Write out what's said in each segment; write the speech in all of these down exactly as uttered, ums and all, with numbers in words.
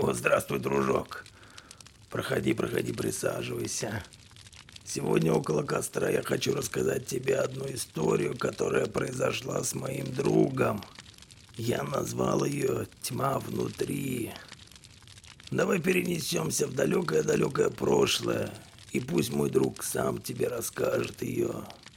О, здравствуй, дружок. Проходи, проходи, присаживайся. Сегодня около костра я хочу рассказать тебе одну историю, которая произошла с моим другом. Я назвал ее «Тьма внутри». Давай перенесемся в далекое-далекое прошлое, и пусть мой друг сам тебе расскажет ее.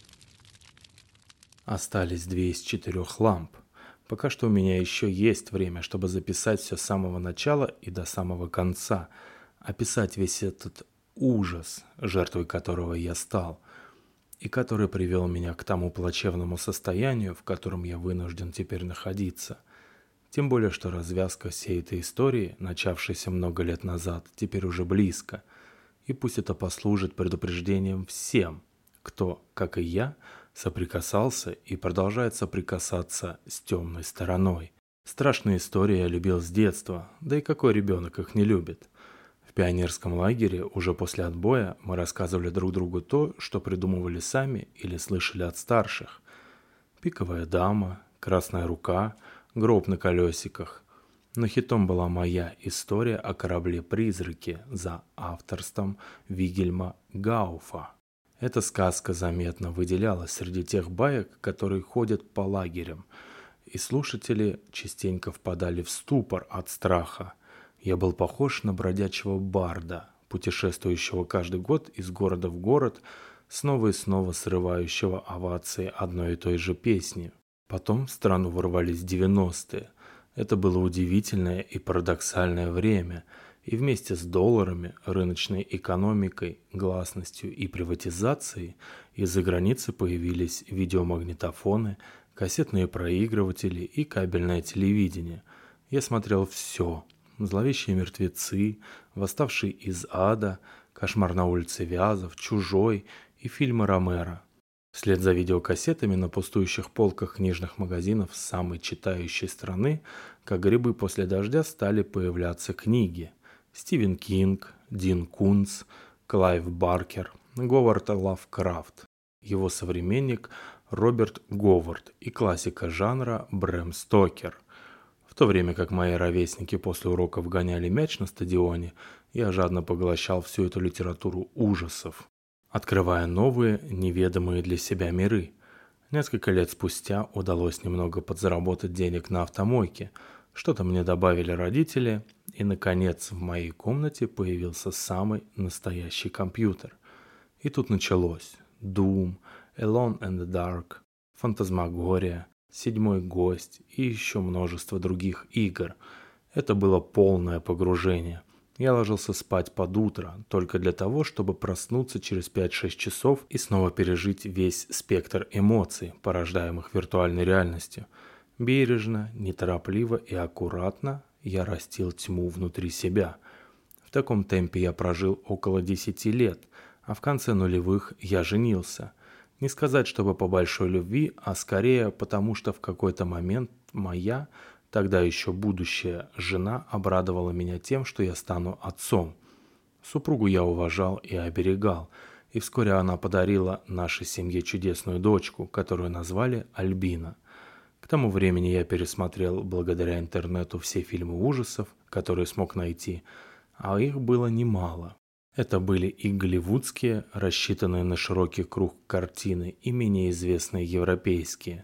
Остались две из четырех ламп. Пока что у меня еще есть время, чтобы записать все с самого начала и до самого конца, описать весь этот ужас, жертвой которого я стал, и который привел меня к тому плачевному состоянию, в котором я вынужден теперь находиться. Тем более, что развязка всей этой истории, начавшейся много лет назад, теперь уже близко. И пусть это послужит предупреждением всем, кто, как и я, соприкасался и продолжает соприкасаться с темной стороной. Страшные истории я любил с детства, да и какой ребенок их не любит. В пионерском лагере уже после отбоя мы рассказывали друг другу то, что придумывали сами или слышали от старших. Пиковая дама, красная рука, гроб на колесиках. Но хитом была моя история о корабле-призраке за авторством Вильгельма Гауфа. Эта сказка заметно выделялась среди тех баек, которые ходят по лагерям, и слушатели частенько впадали в ступор от страха. Я был похож на бродячего барда, путешествующего каждый год из города в город, снова и снова срывающего овации одной и той же песни. Потом в страну ворвались девяностые. Это было удивительное и парадоксальное время, и вместе с долларами, рыночной экономикой, гласностью и приватизацией из-за границы появились видеомагнитофоны, кассетные проигрыватели и кабельное телевидение. Я смотрел все. «Зловещие мертвецы», «Восставший из ада», «Кошмар на улице Вязов», «Чужой» и фильмы Ромеро. Вслед за видеокассетами на пустующих полках книжных магазинов самой читающей страны, как грибы после дождя, стали появляться книги. Стивен Кинг, Дин Кунц, Клайв Баркер, Говард Лавкрафт, его современник Роберт Говард и классика жанра Брэм Стокер. В то время как мои ровесники после уроков гоняли мяч на стадионе, я жадно поглощал всю эту литературу ужасов, открывая новые, неведомые для себя миры. Несколько лет спустя удалось немного подзаработать денег на автомойке, что-то мне добавили родители, и, наконец, в моей комнате появился самый настоящий компьютер. И тут началось Doom, Alone in the Dark, Фантазмагория, Седьмой гость и еще множество других игр. Это было полное погружение. Я ложился спать под утро, только для того, чтобы проснуться через пять-шесть часов и снова пережить весь спектр эмоций, порождаемых виртуальной реальностью. Бережно, неторопливо и аккуратно я растил тьму внутри себя. В таком темпе я прожил около десяти лет, а в конце нулевых я женился. Не сказать, чтобы по большой любви, а скорее потому, что в какой-то момент моя, тогда еще будущая жена обрадовала меня тем, что я стану отцом. Супругу я уважал и оберегал, и вскоре она подарила нашей семье чудесную дочку, которую назвали Альбина. К тому времени я пересмотрел благодаря интернету все фильмы ужасов, которые смог найти, а их было немало. Это были и голливудские, рассчитанные на широкий круг картины, и менее известные европейские.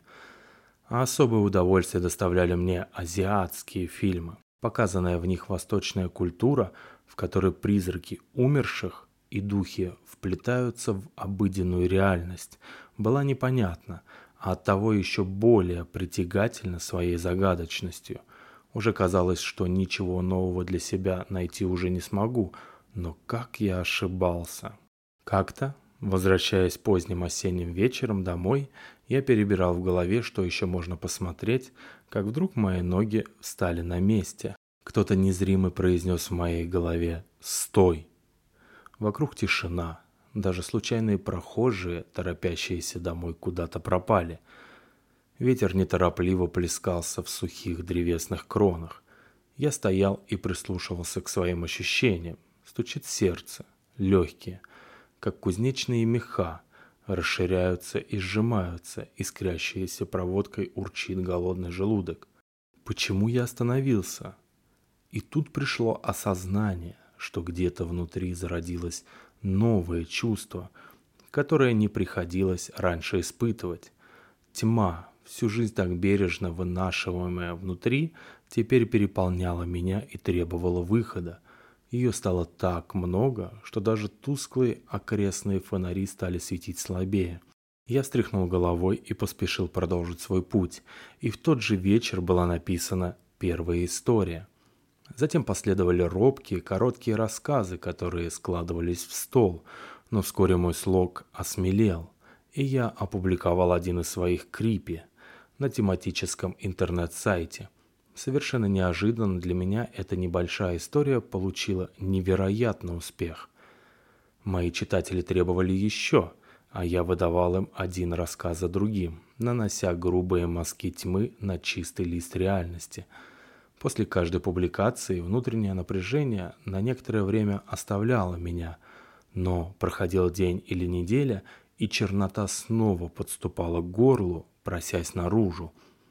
А особое удовольствие доставляли мне азиатские фильмы. Показанная в них восточная культура, в которой призраки умерших и духи вплетаются в обыденную реальность, была непонятна, а оттого еще более притягательна своей загадочностью. Уже казалось, что ничего нового для себя найти уже не смогу, но как я ошибался. Как-то, возвращаясь поздним осенним вечером домой, я перебирал в голове, что еще можно посмотреть, как вдруг мои ноги встали на месте. Кто-то незримый произнес в моей голове «Стой!». Вокруг тишина, даже случайные прохожие, торопящиеся домой, куда-то пропали. Ветер неторопливо плескался в сухих древесных кронах. Я стоял и прислушивался к своим ощущениям. Стучит сердце, легкие, как кузнечные меха, расширяются и сжимаются, искрящейся проводкой урчит голодный желудок. Почему я остановился? И тут пришло осознание, что где-то внутри зародилось новое чувство, которое не приходилось раньше испытывать. Тьма, всю жизнь так бережно вынашиваемая внутри, теперь переполняла меня и требовала выхода. Ее стало так много, что даже тусклые окрестные фонари стали светить слабее. Я встряхнул головой и поспешил продолжить свой путь, и в тот же вечер была написана первая история. Затем последовали робкие, короткие рассказы, которые складывались в стол, но вскоре мой слог осмелел, и я опубликовал один из своих крипи на тематическом интернет-сайте. Совершенно неожиданно для меня эта небольшая история получила невероятный успех. Мои читатели требовали еще, а я выдавал им один рассказ за другим, нанося грубые мазки тьмы на чистый лист реальности. После каждой публикации внутреннее напряжение на некоторое время оставляло меня, но проходил день или неделя, и чернота снова подступала к горлу, просясь наружу.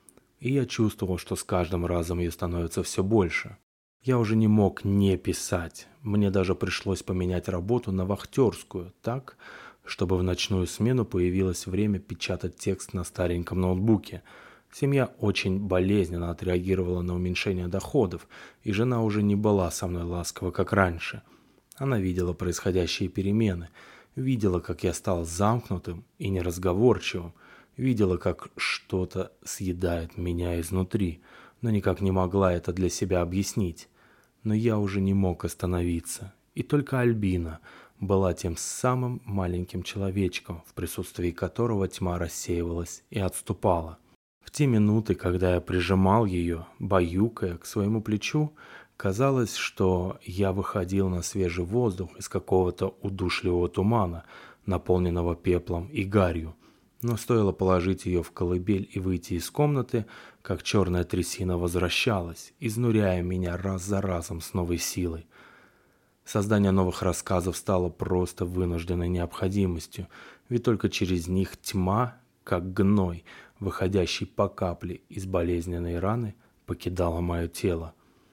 И я чувствовал, что с каждым разом ее становится все больше. Я уже не мог не писать. Мне даже пришлось поменять работу на вахтерскую, так, чтобы в ночную смену появилось время печатать текст на стареньком ноутбуке. Семья очень болезненно отреагировала на уменьшение доходов, и жена уже не была со мной ласкова, как раньше. Она видела происходящие перемены, видела, как я стал замкнутым и неразговорчивым, видела, как что-то съедает меня изнутри, но никак не могла это для себя объяснить. Но я уже не мог остановиться, и только Альбина была тем самым маленьким человечком, в присутствии которого тьма рассеивалась и отступала. В те минуты, когда я прижимал ее, баюкая к своему плечу, казалось, что я выходил на свежий воздух из какого-то удушливого тумана, наполненного пеплом и гарью. Но стоило положить ее в колыбель и выйти из комнаты, как черная трясина возвращалась, изнуряя меня раз за разом с новой силой. Создание новых рассказов стало просто вынужденной необходимостью, ведь только через них тьма, как гной, выходящий по капле из болезненной раны, покидала мое тело.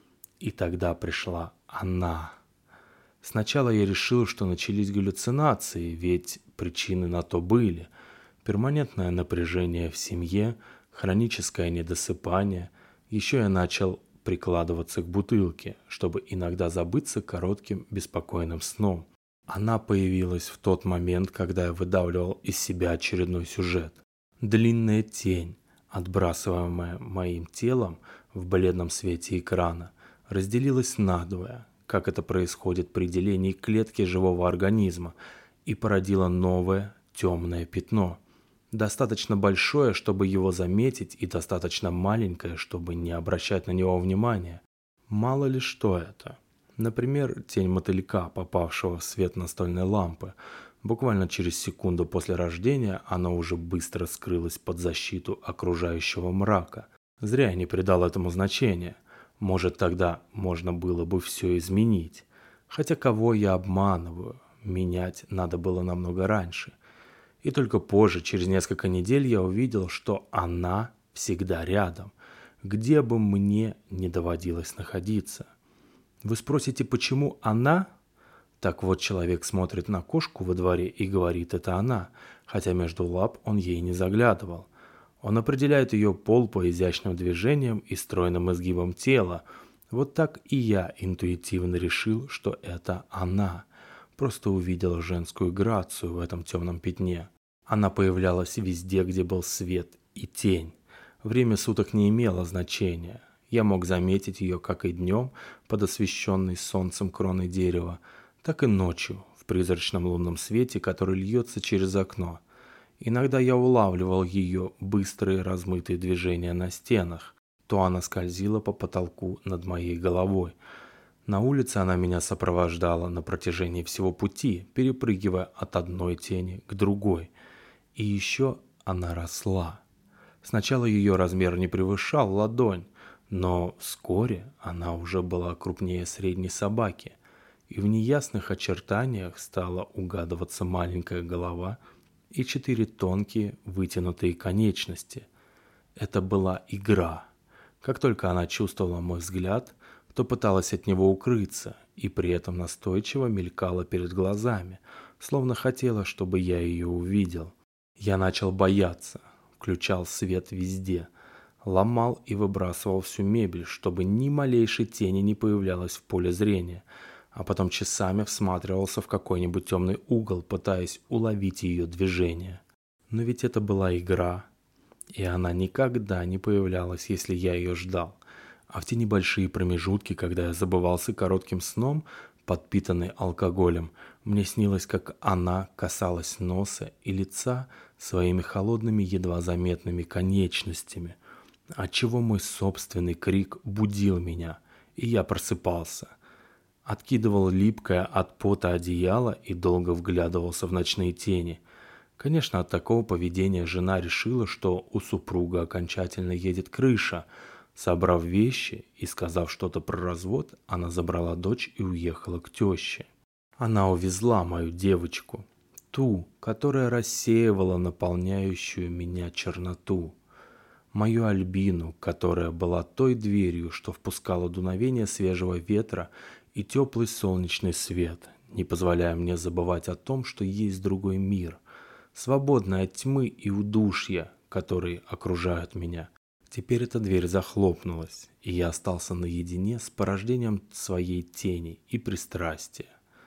И тогда пришла она. Сначала я решил, что начались галлюцинации, ведь причины на то были. Перманентное напряжение в семье, хроническое недосыпание. Еще я начал прикладываться к бутылке, чтобы иногда забыться коротким беспокойным сном. Она появилась в тот момент, когда я выдавливал из себя очередной сюжет. Длинная тень, отбрасываемая моим телом в бледном свете экрана, разделилась надвое, как это происходит при делении клетки живого организма, и породила новое темное пятно. Достаточно большое, чтобы его заметить, и достаточно маленькое, чтобы не обращать на него внимания. Мало ли что это. Например, тень мотылька, попавшего в свет настольной лампы. Буквально через секунду после рождения она уже быстро скрылась под защиту окружающего мрака. Зря я не придал этому значения. Может, тогда можно было бы все изменить. Хотя кого я обманываю? Менять надо было намного раньше. И только позже, через несколько недель, я увидел, что она всегда рядом, где бы мне не доводилось находиться. Вы спросите, почему она? Так вот, человек смотрит на кошку во дворе и говорит, это она, хотя между лап он ей не заглядывал. Он определяет ее пол по изящным движениям и стройным изгибам тела. Вот так и я интуитивно решил, что это она. Просто увидел женскую грацию в этом темном пятне. Она появлялась везде, где был свет и тень. Время суток не имело значения. Я мог заметить ее как и днем под освещенной солнцем кроной дерева, так и ночью в призрачном лунном свете, который льется через окно. Иногда я улавливал ее быстрые размытые движения на стенах. То она скользила по потолку над моей головой. На улице она меня сопровождала на протяжении всего пути, перепрыгивая от одной тени к другой. И еще она росла. Сначала ее размер не превышал ладонь, но вскоре она уже была крупнее средней собаки, и в неясных очертаниях стала угадываться маленькая голова и четыре тонкие вытянутые конечности. Это была игра. Как только она чувствовала мой взгляд, то пыталась от него укрыться и при этом настойчиво мелькала перед глазами, словно хотела, чтобы я ее увидел. Я начал бояться, включал свет везде, ломал и выбрасывал всю мебель, чтобы ни малейшей тени не появлялось в поле зрения, а потом часами всматривался в какой-нибудь темный угол, пытаясь уловить ее движение. Но ведь это была игра, и она никогда не появлялась, если я ее ждал. А в те небольшие промежутки, когда я забывался коротким сном, подпитанный алкоголем, мне снилось, как она касалась носа и лица своими холодными, едва заметными конечностями, отчего мой собственный крик будил меня, и я просыпался. Откидывал липкое от пота одеяло и долго вглядывался в ночные тени. Конечно, от такого поведения жена решила, что у супруга окончательно едет крыша. Собрав вещи и сказав что-то про развод, она забрала дочь и уехала к теще. Она увезла мою девочку, ту, которая рассеивала наполняющую меня черноту. Мою Альбину, которая была той дверью, что впускала дуновение свежего ветра и теплый солнечный свет, не позволяя мне забывать о том, что есть другой мир, свободный от тьмы и удушья, которые окружают меня. Теперь эта дверь захлопнулась, и я остался наедине с порождением своей тени и пристрастия.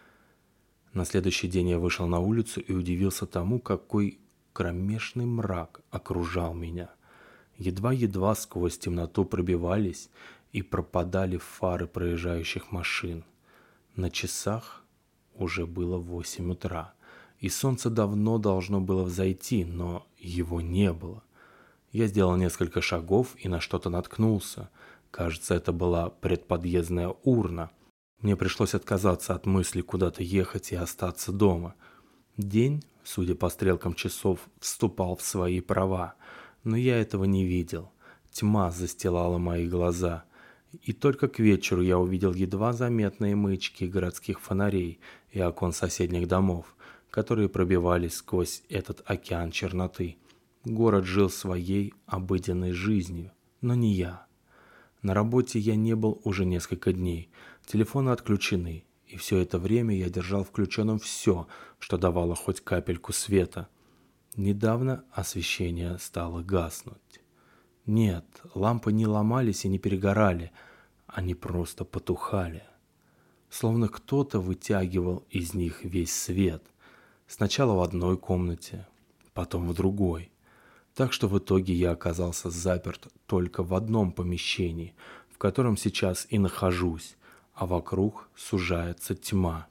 На следующий день я вышел на улицу и удивился тому, какой кромешный мрак окружал меня. Едва-едва сквозь темноту пробивались и пропадали фары проезжающих машин. На часах уже было восемь утра, и солнце давно должно было взойти, но его не было. Я сделал несколько шагов и на что-то наткнулся. Кажется, это была предподъездная урна. Мне пришлось отказаться от мысли куда-то ехать и остаться дома. День, судя по стрелкам часов, вступал в свои права, но я этого не видел. Тьма застилала мои глаза, и только к вечеру я увидел едва заметные маячки городских фонарей и окон соседних домов, которые пробивались сквозь этот океан черноты. Город жил своей обыденной жизнью, но не я. На работе я не был уже несколько дней, телефоны отключены, и все это время я держал включенным все, что давало хоть капельку света. Недавно освещение стало гаснуть. Нет, лампы не ломались и не перегорали, они просто потухали. Словно кто-то вытягивал из них весь свет. Сначала в одной комнате, потом в другой. Так что в итоге я оказался заперт только в одном помещении, в котором сейчас и нахожусь, а вокруг сужается тьма.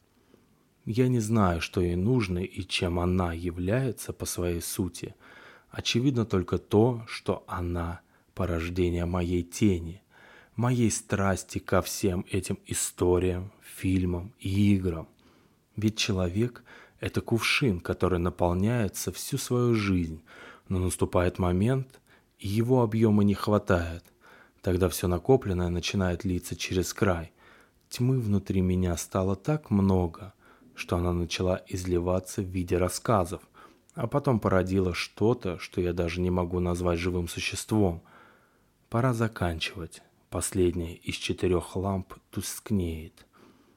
Я не знаю, что ей нужно и чем она является по своей сути. Очевидно только то, что она – порождение моей тени, моей страсти ко всем этим историям, фильмам и играм. Ведь человек – это кувшин, который наполняется всю свою жизнь, но наступает момент, и его объема не хватает. Тогда все накопленное начинает литься через край. Тьмы внутри меня стало так много, что она начала изливаться в виде рассказов, а потом породила что-то, что я даже не могу назвать живым существом. Пора заканчивать. Последняя из четырех ламп тускнеет.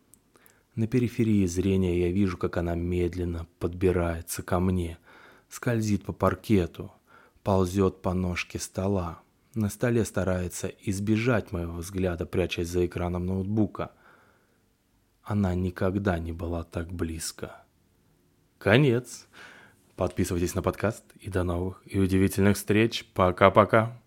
На периферии зрения я вижу, как она медленно подбирается ко мне, скользит по паркету, ползет по ножке стола. На столе старается избежать моего взгляда, прячась за экраном ноутбука. Она никогда не была так близко. Конец. Подписывайтесь на подкаст и до новых и удивительных встреч. Пока-пока.